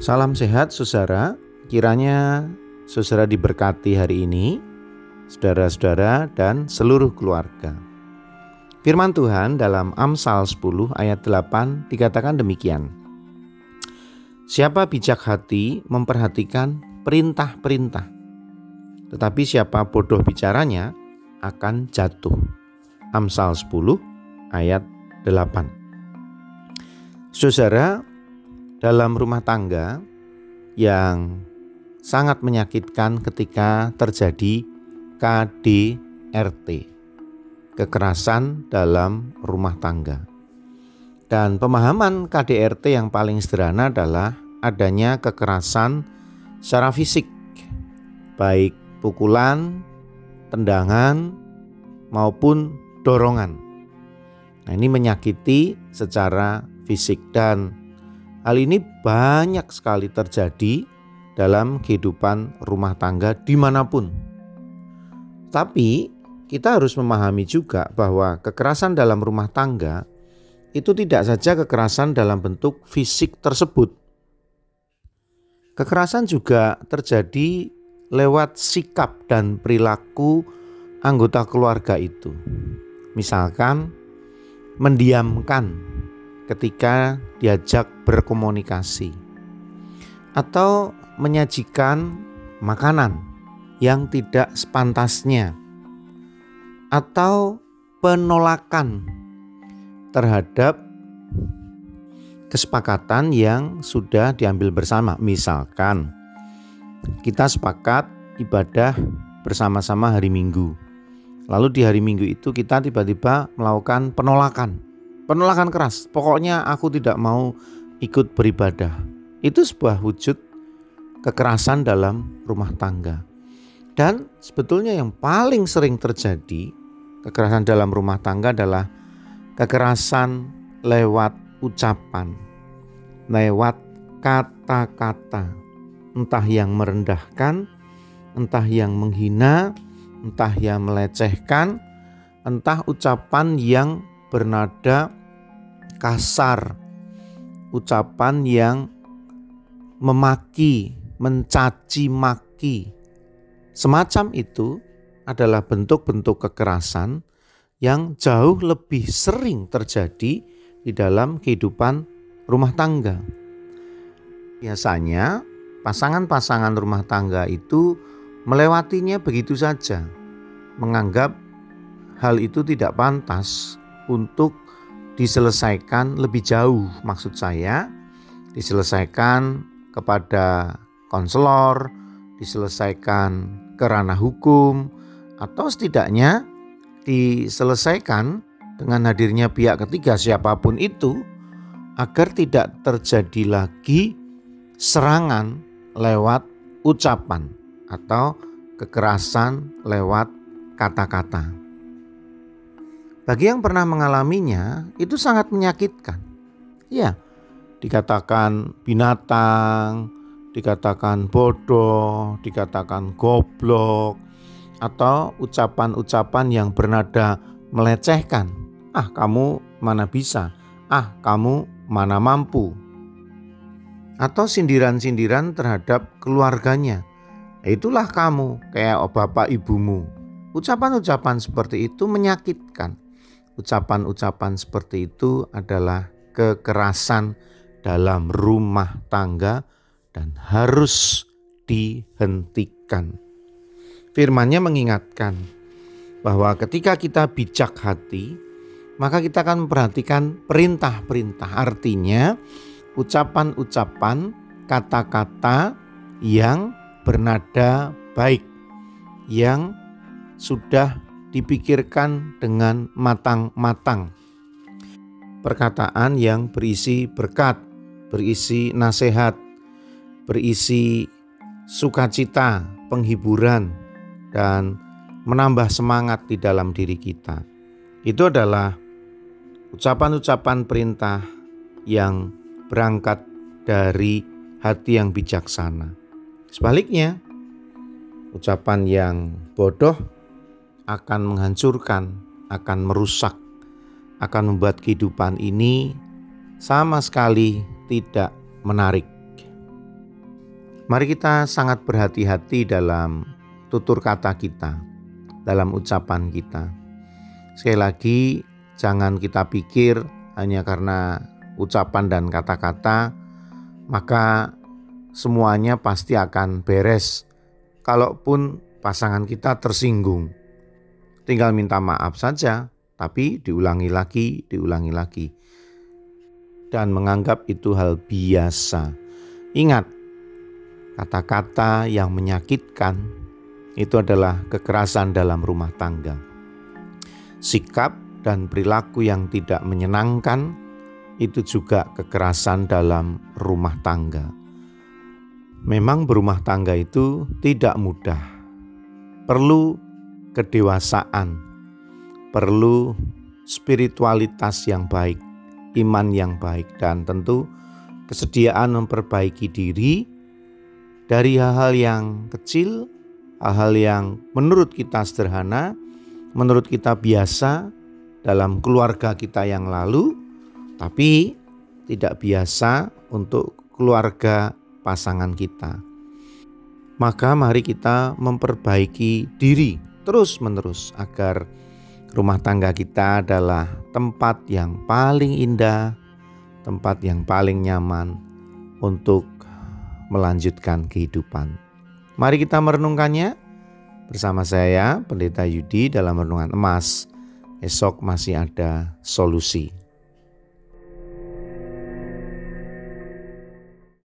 Salam sehat saudara, kiranya saudara diberkati hari ini, saudara-saudara dan seluruh keluarga. Firman Tuhan dalam Amsal 10 ayat 8 dikatakan demikian. Siapa bijak hati memperhatikan perintah-perintah, tetapi siapa bodoh bicaranya akan jatuh. Amsal 10 ayat 8. Saudara, dalam rumah tangga yang sangat menyakitkan ketika terjadi KDRT, kekerasan dalam rumah tangga. Dan pemahaman KDRT yang paling sederhana adalah adanya kekerasan secara fisik, baik pukulan, tendangan, maupun dorongan. Nah, ini menyakiti secara fisik dan hal ini banyak sekali terjadi dalam kehidupan rumah tangga dimanapun. Tapi kita harus memahami juga bahwa kekerasan dalam rumah tangga itu tidak saja kekerasan dalam bentuk fisik tersebut. Kekerasan juga terjadi lewat sikap dan perilaku anggota keluarga itu. Misalkan mendiamkan ketika diajak berkomunikasi, atau menyajikan makanan yang tidak sepantasnya, atau penolakan terhadap kesepakatan yang sudah diambil bersama. Misalkan kita sepakat ibadah bersama-sama hari Minggu, lalu di hari Minggu itu kita tiba-tiba melakukan penolakan keras. Pokoknya aku tidak mau ikut beribadah. Itu sebuah wujud kekerasan dalam rumah tangga. Dan sebetulnya yang paling sering terjadi kekerasan dalam rumah tangga adalah kekerasan lewat ucapan, lewat kata-kata, entah yang merendahkan, entah yang menghina, entah yang melecehkan, entah ucapan yang bernada kasar, ucapan yang memaki, mencaci maki. Semacam itu adalah bentuk-bentuk kekerasan yang jauh lebih sering terjadi di dalam kehidupan rumah tangga. Biasanya pasangan-pasangan rumah tangga itu melewatinya begitu saja, menganggap hal itu tidak pantas untuk diselesaikan lebih jauh. Maksud saya diselesaikan kepada konselor, diselesaikan ke ranah hukum, atau setidaknya diselesaikan dengan hadirnya pihak ketiga siapapun itu, agar tidak terjadi lagi serangan lewat ucapan atau kekerasan lewat kata-kata. Bagi yang pernah mengalaminya, itu sangat menyakitkan. Ya, dikatakan binatang, dikatakan bodoh, dikatakan goblok, atau ucapan-ucapan yang bernada melecehkan. Ah, kamu mana bisa? Ah, kamu mana mampu? Atau sindiran-sindiran terhadap keluarganya. Itulah kamu, kayak bapak ibumu. Ucapan-ucapan seperti itu menyakitkan. Ucapan-ucapan seperti itu adalah kekerasan dalam rumah tangga dan harus dihentikan. Firman-Nya mengingatkan bahwa ketika kita bijak hati, maka kita akan memperhatikan perintah-perintah. Artinya ucapan-ucapan, kata-kata yang bernada baik, yang sudah dipikirkan dengan matang-matang. Perkataan yang berisi berkat, berisi nasihat, berisi sukacita, penghiburan, dan menambah semangat di dalam diri kita. Itu adalah ucapan-ucapan perintah yang berangkat dari hati yang bijaksana. Sebaliknya, ucapan yang bodoh akan menghancurkan, akan merusak, akan membuat kehidupan ini sama sekali tidak menarik. Mari kita sangat berhati-hati dalam tutur kata kita, dalam ucapan kita. Sekali lagi, jangan kita pikir hanya karena ucapan dan kata-kata, maka semuanya pasti akan beres. Kalaupun pasangan kita tersinggung, tinggal minta maaf saja, tapi diulangi lagi, dan menganggap itu hal biasa. Ingat, kata-kata yang menyakitkan itu adalah kekerasan dalam rumah tangga. Sikap dan perilaku yang tidak menyenangkan itu juga kekerasan dalam rumah tangga. Memang berumah tangga itu tidak mudah. Perlu kedewasaan, perlu spiritualitas yang baik, iman yang baik, dan tentu kesediaan memperbaiki diri dari hal-hal yang kecil, hal-hal yang menurut kita sederhana, menurut kita biasa dalam keluarga kita yang lalu, tapi tidak biasa untuk keluarga pasangan kita. Maka mari kita memperbaiki diri terus-menerus agar rumah tangga kita adalah tempat yang paling indah, tempat yang paling nyaman untuk melanjutkan kehidupan. Mari kita merenungkannya bersama saya, Pendeta Yudi, dalam Renungan Emas. Esok masih ada solusi.